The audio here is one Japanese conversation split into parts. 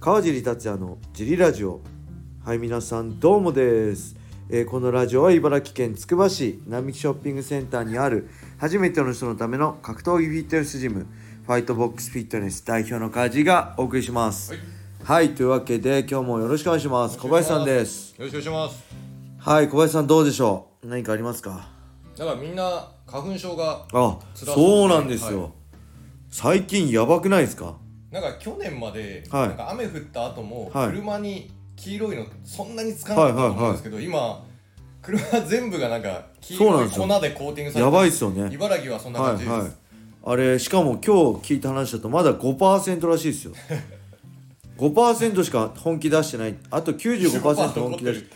川尻達也のジリラジオ。はい、皆さんどうもです。このラジオは茨城県つくば市並木ショッピングセンターにある初めての人のための格闘技フィットネスジム、ファイトボックスフィットネス代表の川尻がお送りします。はい、というわけで今日もよろしくお願いします。小林さんです。 よろしくお願いします。 はい、小林さんどうでしょう。何かありますか。 だからみんな花粉症がそうなんですよ、はい、最近やばくないですか。 なんか去年まで、 はい、 なんか雨降った後も車に黄色いのそんなにつかなかったと思うんですけど、今車全部がなんか黄色い粉でコーティングされて、 やばいっすよね。 茨城はそんな感じです、はいはい、 あれしかも今日聞いた話だとまだ 5% らしいですよ5% しか本気出してない。あと 95% 本気出して、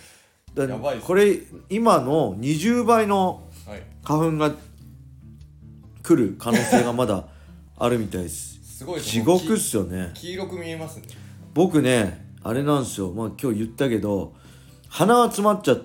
やばいっす。これ今の20倍の花粉が来る可能性がまだあるみたいです。 すごいですね。 地獄っすよね。 黄色く見えますね。僕ね、あれなんですよ、今日言ったけど鼻が詰まっちゃって、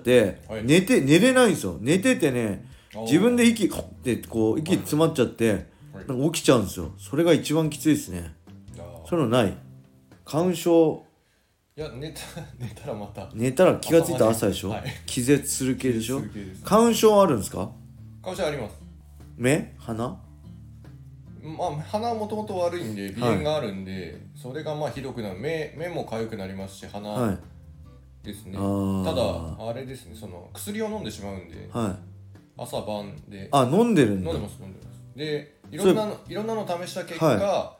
はい、寝れないんですよ。寝ててね、自分で息詰まっちゃって、はい、なんか起きちゃうんですよ。それが一番きついですね。そういうのない？花粉症。 いや、寝たらまた寝たら気がついた朝でしょ、はい、気絶する系でしょ。花粉症あるんですか？ 花粉症あります。 鼻？ 鼻はもともと悪いんで鼻炎があるんで、はい、それがひどくなる。目も痒くなりますし、鼻ですね、はい、ただあれですね、その薬を飲んでしまうんで、はい、朝晩で飲んでるんだ。 飲んでますで、いろんなの試した結果、はい、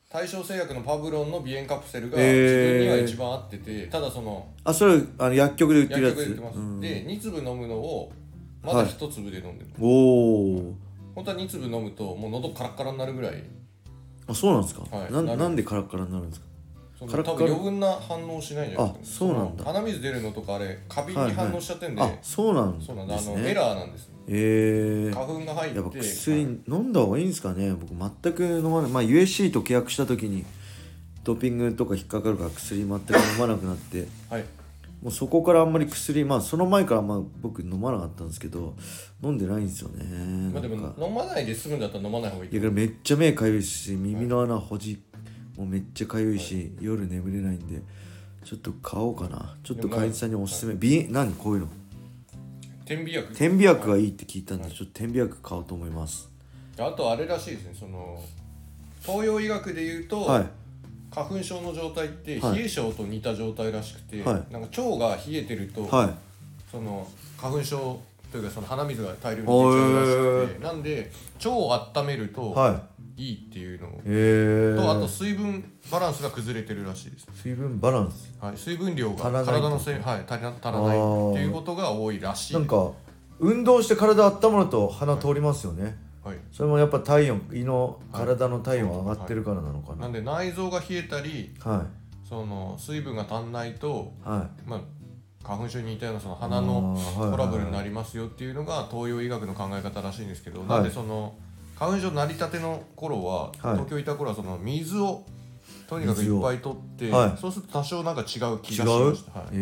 大正製薬のパブロンの鼻炎カプセルが自分には一番合ってて、ただそれ薬局で売ってるやつ。 薬局で売ってます、で2粒飲むのをまだ1粒で飲んでます、 はい、 本当は2粒飲むともう喉カラッカラになるぐらい。 そうなんですか、 はい、 なんでカラッカラになるんですか。 多分余分な反応しないんじゃないですか。 そうなんだ。 鼻水出るのとかあれ過敏に反応しちゃってんで、 そうなんですね。 エラーなんですね。花粉が入って、 やっぱ薬飲んだ方がいいんですかね。僕全く飲まない。USC と契約した時にドーピングとか引っかかるから薬全く飲まなくなって、はい、もうそこからあんまり薬、その前から僕飲まなかったんですけど、飲んでないんですよね。 でも飲まないで済むんだったら飲まない方がいい。 いや、めっちゃ目かゆいし、耳の穴もうめっちゃかゆいし、はい、夜眠れないんでちょっと買おうかな。ちょっと会員さんにおすすめ、何こういうの点鼻薬がいいって聞いたんで、ちょっと点鼻薬買おうと思います。 あとあれらしいですね、その東洋医学でいうと、はい、花粉症の状態って冷え症と似た状態らしくて、はい、なんか腸が冷えてると、はい、その花粉症というかその鼻水が大量に出ちゃうらしくて、なんで腸を温めるといいっていうのと、あと水分バランスが崩れてるらしいです。 水分バランス、 はい、水分量が体の足らないっていうことが多いらしい。 なんか運動して体温まると鼻通りますよね、はい、それもやっぱ体の体温が上がってるからなのかな、 なんで内臓が冷えたり、はい、その水分が足んないと、はい、花粉症に似たようなその鼻のトラブルになりますよっていうのが東洋医学の考え方らしいんですけど、なんでその花粉症成り立ての頃は、東京いた頃はその水をとにかくいっぱい取って、そうすると多少なんか違う気がしました。はい、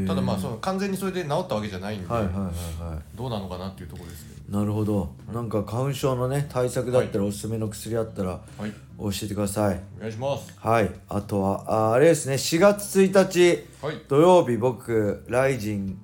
ただその完全にそれで治ったわけじゃないんで、どうなのかなっていうところですけど。 なるほど、なんか花粉症のね対策だったらおすすめの薬あったら教えてください。 お願いします。 はい、あとはあれですね、4月1日、土曜日僕ライジン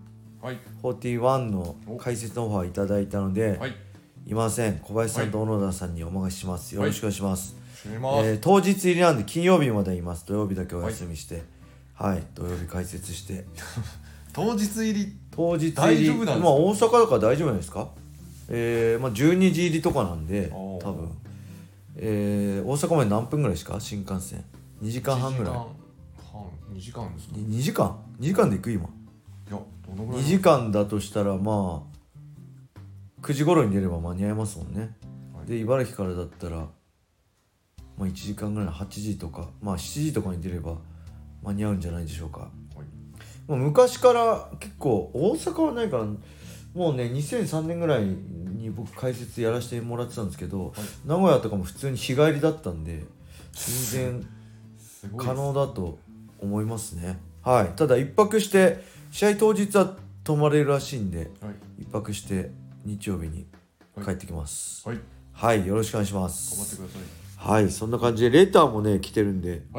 41の解説のオファーいただいたので、いません、小林さんと小野田さんにお任せします。よろしくお願いします。当日入りなんで金曜日までいます。土曜日だけお休みして、はい、土曜日解説して当日入り大丈夫なんですか。 大阪だから大丈夫じゃないですか。12時入りとかなんで多分、大阪まで何分ぐらいですか。新幹線2時間半ぐらい。 2時間ですか。 2時間で行く今。 いや、どのぐらい。 2時間だとしたら9時頃に出れば間に合いますもんね、はい、で茨城からだったら1時間ぐらい、8時とか7時とかに出れば間に合うんじゃないでしょうか、はい、昔から結構大阪はないからもうね、2003年ぐらいに僕解説やらせてもらってたんですけど、はい、名古屋とかも普通に日帰りだったんで全然可能だと思いますね。はい、ただ一泊して試合当日は泊まれるらしいんで、はい、一泊して日曜日に帰ってきます。はい、よろしくお願いします。 頑張ってください。 はい、そんな感じでレターもね来てるんで、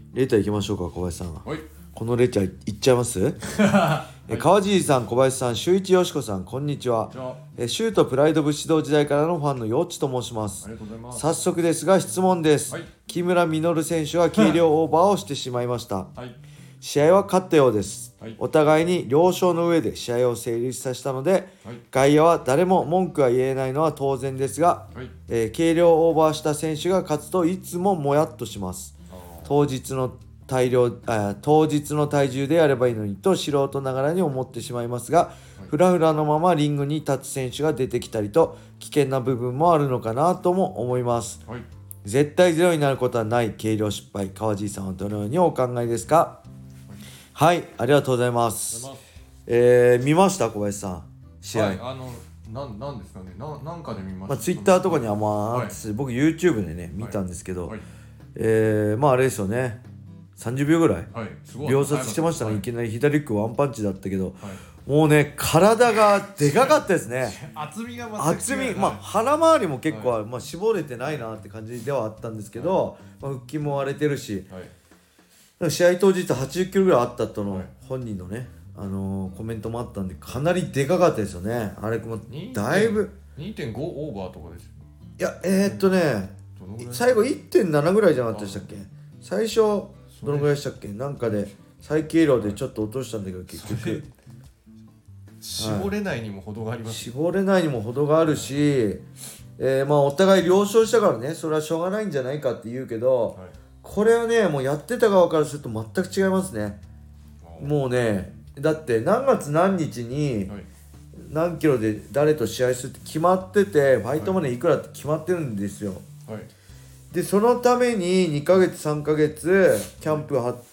レター行きましょうか、小林さん。 はい、 このレターいっちゃいます川尻さん、小林さん、周一よしこさん、こんにちは。シュートプライド武士道時代からのファンのよっちと申します。 ありがとうございます。 早速ですが質問です、木村稔選手は軽量オーバーをしてしまいました、試合は勝ったようです、お互いに了承の上で試合を成立させたので、外野は誰も文句は言えないのは当然ですが、軽量オーバーした選手が勝つといつももやっとします。当日の体重でやればいいのにと素人ながらに思ってしまいますが、フラフラのままリングに立つ選手が出てきたりと危険な部分もあるのかなとも思います、絶対ゼロになることはない軽量失敗、川尻さんはどのようにお考えですか？はい、ありがとうございます。見ました小林さん試合？ なんですかね、なんかで見ました。 ツイッターとかには僕 YouTube でね見たんですけど、あれですよね、30秒ぐらい、秒殺してましたね、いきなり左フックワンパンチだったけど、もうね体がでかかったですね厚みが腹周りも結構、絞れてないなって感じではあったんですけど、腹筋も割れてるし、試合当日80キロぐらいあったとの本人のね、コメントもあったんで、かなりでかかったですよね。あれもだいぶ 2.5 オーバーとかです。 いや最後 1.7 ぐらいじゃなかったでしたっけ？最初どのぐらいでしたっけ？なんかで最軽量でちょっと落としたんだけど、結局絞れないにも程があります。 絞れないにも程があるし、お互い了承したからね、それはしょうがないんじゃないかって言うけど、これはねもうやってた側からすると全く違いますね。もうね、だって何月何日に何キロで誰と試合するって決まってて、ファイトマネーいくらって決まってるんですよ。でそのために2ヶ月3ヶ月キャンプ張って、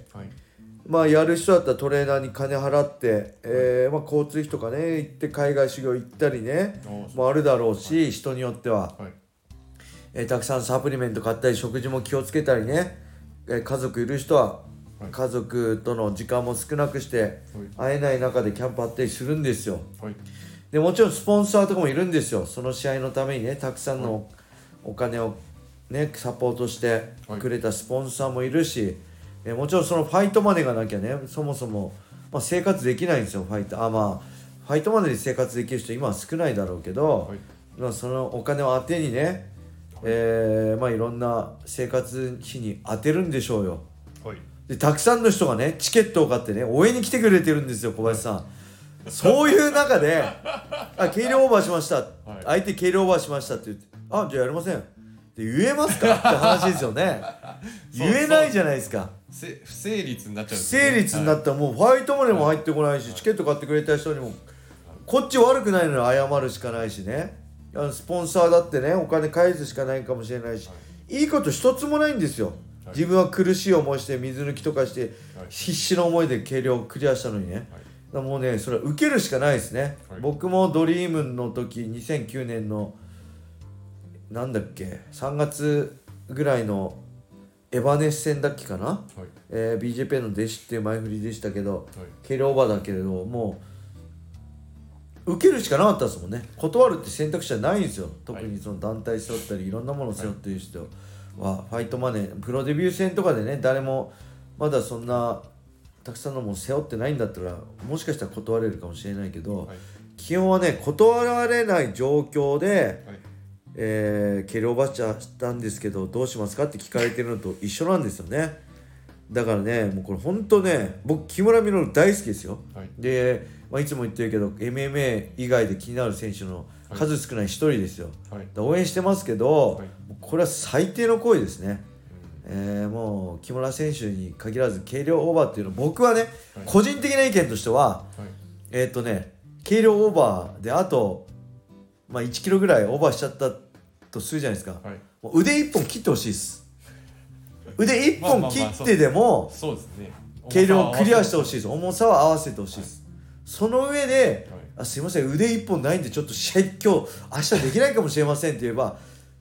やる人だったらトレーナーに金払って、交通費とかね行って海外修行行ったりねもあるだろうし、人によっては、たくさんサプリメント買ったり食事も気をつけたりね、家族いる人は家族との時間も少なくして会えない中でキャンプ張ったりするんですよ。でもちろんスポンサーとかもいるんですよ。その試合のためにねたくさんのお金をねサポートしてくれたスポンサーもいるし、もちろんそのファイトマネーがなきゃねそもそも、生活できないんですよ。ファイトマネーで生活できる人今は少ないだろうけど、そのお金を当てにね、いろんな生活費に当てるんでしょうよ。でたくさんの人がねチケットを買ってね応援に来てくれてるんですよ、小林さん。そういう中で軽量オーバーしました、相手軽量オーバーしましたって言って、じゃあやりませんって言えますかって話ですよね言えないじゃないですか。 不成立になっちゃう、 不成立になったらもうファイトマネーも入ってこないし、チケット買ってくれた人にもこっち悪くないのに謝るしかないしね、スポンサーだってねお金返すしかないかもしれないし、いいこと一つもないんですよ。自分は苦しい思いして水抜きとかして必死な思いで軽量をクリアしたのにね、もうねそれは受けるしかないですね。僕もドリームの時2009年のなんだっけ3月ぐらいのエバネス戦だっけかな、BJP の弟子っていう前振りでしたけど、軽量オーバーだけれどもう受けるしかなかったですもんね。断るって選択肢はないんですよ。特にその団体背負ったりいろんなものを背負っている人は、ファイトマネープロデビュー戦とかでね誰もまだそんなたくさんのもの背負ってないんだったらもしかしたら断れるかもしれないけど、基本はね断られない状況で、軽量オーバーしたんですけどどうしますかって聞かれてるのと一緒なんですよね。だからねもうこれ本当ね僕木村稔大好きですよ。で、いつも言ってるけど MMA 以外で気になる選手の数少ない一人ですよ。応援してますけど、これは最低の行為ですね。もう木村選手に限らず軽量オーバーっていうのは僕はね、個人的な意見としては、軽量オーバーであと、1キロぐらいオーバーしちゃったとするじゃないですか、もう腕1本切ってほしいです。腕1本切ってでも軽量をクリアしてほしいです。重さは合わせてほしいです。その上で、すいません腕1本ないんでちょっと試合今日明日できないかもしれませんって言えば、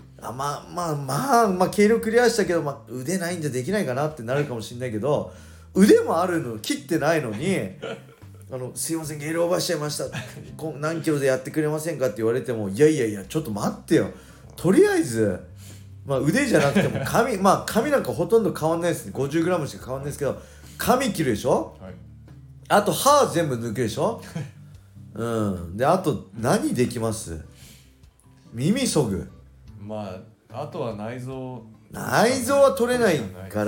軽量クリアしたけど、腕ないんでできないかなってなるかもしれないけど、腕もあるの切ってないのにすいません軽量オーバーしちゃいました何キロでやってくれませんかって言われても、いやちょっと待ってよ、とりあえずまあ腕じゃなくても髪まあ髪なんかほとんど変わんないですね。 50g しか変わんないですけど、髪切るでしょ、はい、あと歯全部抜くでしょうんで、あと何できます？耳そぐ。 まああとは内臓は取れないから、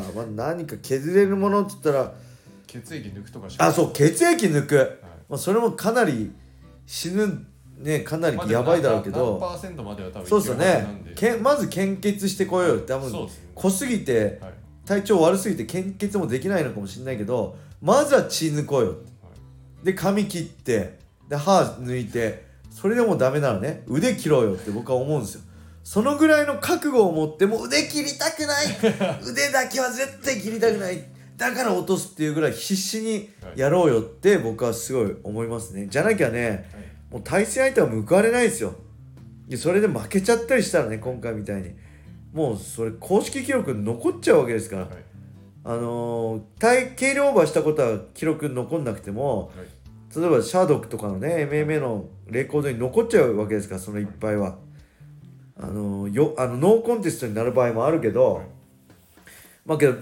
まあ、何か削れるものって言ったら血液抜くとかしか。 あ、そう、血液抜く、はい、まあ、それもかなり死ぬね、かなりやばいだろうけど、 何%までは多分そうですよね。まず献血してこようよ。多分濃すぎて、はい、体調悪すぎて献血もできないのかもしれないけど、まずは血抜こうよ、はい、で髪切ってで歯抜いて、それでもダメならね腕切ろうよって僕は思うんですよ。そのぐらいの覚悟を持って、もう腕切りたくない腕だけは絶対切りたくない、だから落とすっていうぐらい必死にやろうよって僕はすごい思いますね。じゃなきゃね、はい、もう対戦相手は報われないですよ。それで負けちゃったりしたらね、今回みたいにもうそれ公式記録残っちゃうわけですから、はい、軽量オーバーしたことは記録残んなくても、はい、例えばシャードックとかのね MMA のレコードに残っちゃうわけですから、そのいっぱいはノーコンテストになる場合もあるけど、はい、まあけど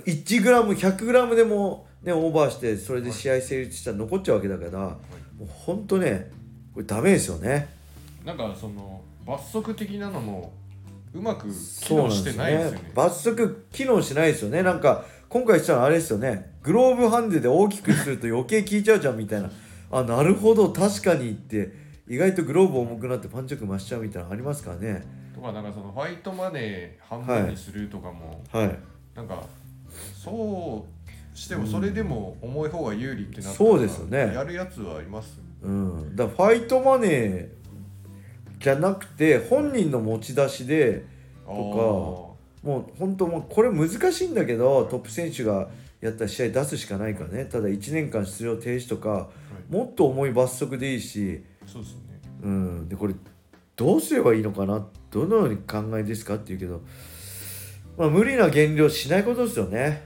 1g100g でもねオーバーしてそれで試合成立したら残っちゃうわけだから、はい、もうほんとねこれダメですよね。 なんかその罰則的なのもうまく機能してないですよね。 罰則機能しないですよね。なんか今回したのあれですよね、グローブハンデで大きくすると余計効いちゃうじゃんみたいなあ、なるほど確かにって、意外とグローブ重くなってパンチ力増しちゃうみたいなのありますからね。 とかなんかそのファイトマネー半分にするとかも、はいはい、なんかそうしてもそれでも重い方が有利ってなったら、そうですよね、やるやつはいます。 だからファイトマネーじゃなくて本人の持ち出しでとか、もう本当もうこれ難しいんだけど、トップ選手がやったら試合出すしかないからね。ただ1年間出場停止とか、はい、もっと重い罰則でいいし、 そうですね、 でこれどうすればいいのかな、どのように考えですかって言うけど、まあ無理な減量しないことですよね。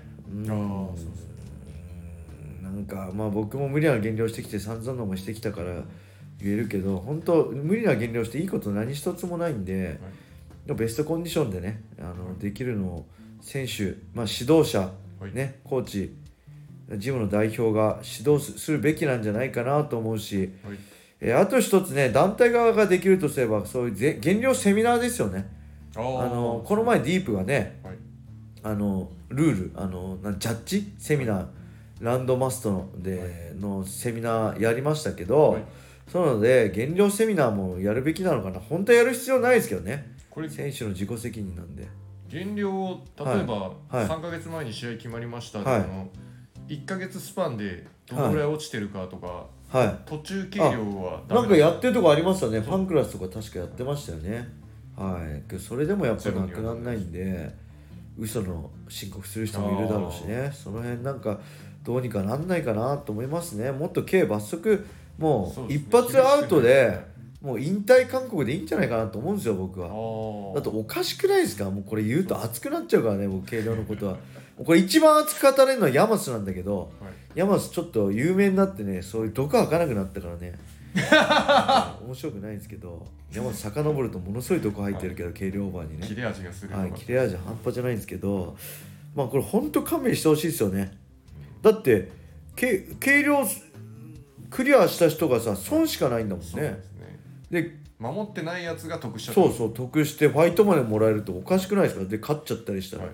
なんかまあ僕も無理な減量してきて散々なもしてきたから言えるけど、本当無理な減量していいこと何一つもないんで、はい、ベストコンディションでねできるのを選手、まあ、指導者、ね、コーチジムの代表が指導するべきなんじゃないかなと思うし、はい、あと一つね、団体側ができるとすればそういう減量セミナーですよね。この前ディープがね、はい、ルールジャッジセミナーランドマストのセミナーやりましたけど、はい、そうなので減量セミナーもやるべきなのかな。本当はやる必要ないですけどね、これ選手の自己責任なんで。 減量を例えば3ヶ月前に試合決まりましたって、はい、1ヶ月スパンでどのぐらい落ちてるかとか、はい、途中計量はダメなんかやってるとこありますよね。ファンクラスとか確かやってましたよね。はい、それでもやっぱなくならないんで、嘘の申告する人もいるだろうしね。その辺なんかどうにかなんないかなと思いますね。もっと刑罰則もう一発アウトでもう引退勧告でいいんじゃないかなと思うんですよ僕は。だっておかしくないですか。もうこれ言うと熱くなっちゃうからね、僕軽量のことは。これ一番熱く語れるのはヤマスなんだけど、はい、ヤマスちょっと有名になってね、そういう毒吐かなくなったからね面白くないんですけど、ヤマス遡るとものすごい毒入ってるけど、はい、軽量オーバーにね切れ味がする、 はい、切れ味半端じゃないんですけど、まあこれ本当勘弁してほしいですよね。だって軽量クリアした人がさ損しかないんだもんね。そうですね。で守ってないやつが得しちゃった。 そう得してファイトまでもらえるとおかしくないですか。で勝っちゃったりしたら、はい、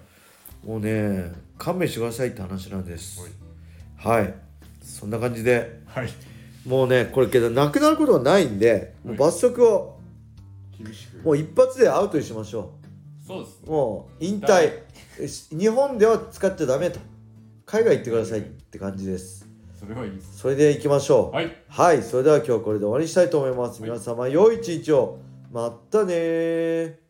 もうね勘弁してくださいって話なんです。はい、そんな感じで、はい、もうねこれけどなくなることがないんで、もう罰則を厳しくもう一発でアウトにしましょう。そうです、ね、 もう引退日本では使っちゃダメと、海外行ってくださいって感じです。 それはいいです。 それでいきましょう。 はい、 はい、それでは今日はこれで終わりにしたいと思います。皆様良い一日を。またね。